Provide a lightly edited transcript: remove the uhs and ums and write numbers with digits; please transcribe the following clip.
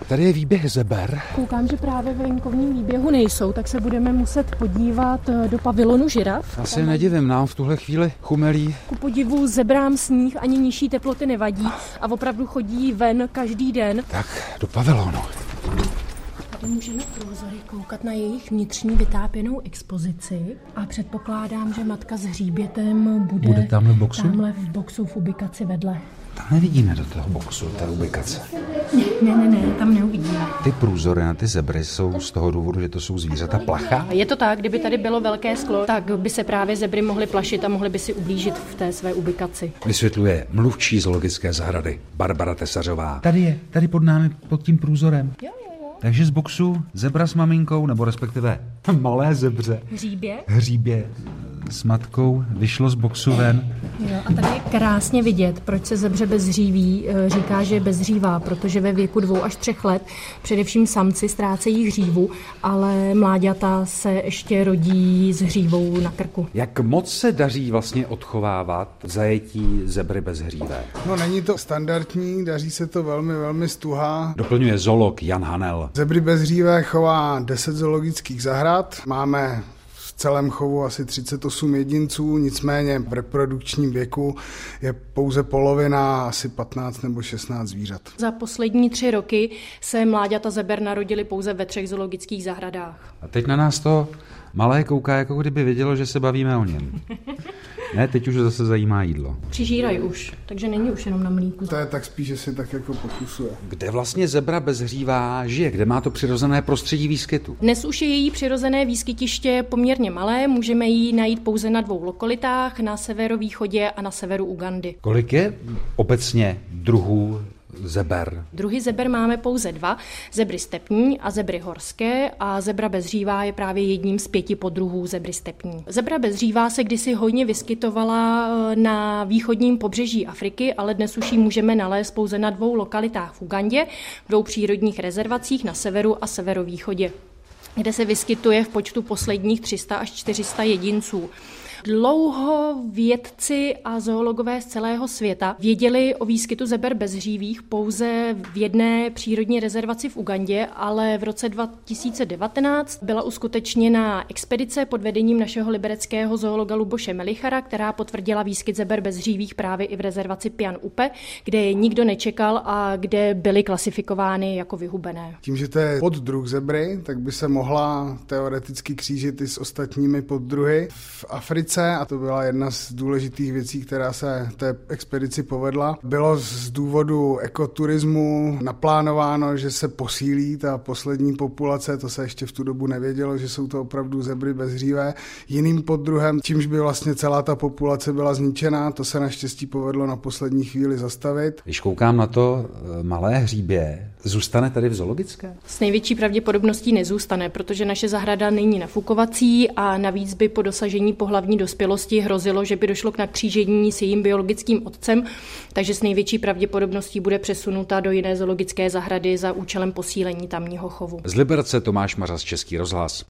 Tady je výběh zeber. Koukám, že právě v venkovním výběhu nejsou, tak se budeme muset podívat do pavilonu žiraf. Já se nedivím, nám v tuhle chvíli chumelí. Ku podivu zebrám sníh ani nižší teploty nevadí a opravdu chodí ven každý den. Tak, do pavilonu. Tady můžeme průzory koukat na jejich vnitřní vytápěnou expozici a předpokládám, že matka s hříbětem bude tamhle v boxu? Tamhle v boxu v ubikaci vedle. Tam nevidíme do toho boxu, té ubikace. Ne, tam neuvidíme. Ty průzory na ty zebry jsou z toho důvodu, že to jsou zvířata plachá? Je to tak, kdyby tady bylo velké sklo, tak by se právě zebry mohly plašit a mohly by si ublížit v té své ubikaci. Vysvětluje mluvčí zoologické zahrady Barbara Tesařová. Tady pod námi, pod tím průzorem. Jo. Takže z boxu zebra s maminkou, nebo respektive malé zebře. Hříbě s matkou vyšlo z boxu ven. Jo, a tady je krásně vidět, proč se zebře bezhříví říká, že je bezhřívá, protože ve věku 2 až 3 let především samci ztrácejí hřívu, ale mláďata se ještě rodí s hřívou na krku. Jak moc se daří vlastně odchovávat zajetí zebry bezhřívé? No, není to standardní, daří se to velmi, velmi stuha. Doplňuje zoolog Jan Hanel. Zebry bezhřívé chová 10 zoologických zahrad. Máme v celém chovu asi 38 jedinců, nicméně v reprodukčním věku je pouze polovina, asi 15 nebo 16 zvířat. Za poslední 3 roky se mláďata zeber narodily pouze ve 3 zoologických zahradách. A teď na nás to malé kouká, jako kdyby vědělo, že se bavíme o něm. Ne, teď už zase zajímá jídlo. Přižírají už, takže není už jenom na mlíku. To je tak spíš, že si tak jako pokusuje. Kde vlastně zebra bezhřívá žije? Kde má to přirozené prostředí výskytu? Dnes už je její přirozené výskytiště poměrně malé, můžeme ji najít pouze na 2 lokalitách, na severovýchodě a na severu Ugandy. Kolik je obecně druhů zeber? Druhy zeber máme pouze 2, zebry stepní a zebry horské a zebra bezhřívá je právě jedním z 5 podruhů zebry stepní. Zebra bezhřívá se kdysi hojně vyskytovala na východním pobřeží Afriky, ale dnes už ji můžeme nalézt pouze na 2 lokalitách v Ugandě, v 2 přírodních rezervacích na severu a severovýchodě, kde se vyskytuje v počtu posledních 300 až 400 jedinců. Dlouho vědci a zoologové z celého světa věděli o výskytu zeber bezhřívých pouze v jedné přírodní rezervaci v Ugandě, ale v roce 2019 byla uskutečněna expedice pod vedením našeho libereckého zoologa Luboše Melichara, která potvrdila výskyt zeber bezhřívých právě i v rezervaci Pian Upe, kde je nikdo nečekal a kde byly klasifikovány jako vyhubené. Tím, že to je poddruh zebry, tak by se mohla teoreticky křížit i s ostatními poddruhy v Africe. A to byla jedna z důležitých věcí, která se té expedici povedla. Bylo z důvodu ekoturismu naplánováno, že se posílí ta poslední populace, to se ještě v tu dobu nevědělo, že jsou to opravdu zebry bezhřívé, jiným poddruhem, čímž by vlastně celá ta populace byla zničená, to se naštěstí povedlo na poslední chvíli zastavit. Když koukám na to malé hříbě, zůstane tady v zoologické? S největší pravděpodobností nezůstane, protože naše zahrada není nafukovací a navíc by po dosažení pohlavní dospělosti hrozilo, že by došlo k nakřížení s jejím biologickým otcem, takže s největší pravděpodobností bude přesunuta do jiné zoologické zahrady za účelem posílení tamního chovu. Z Liberce Tomáš Mařas, Český rozhlas.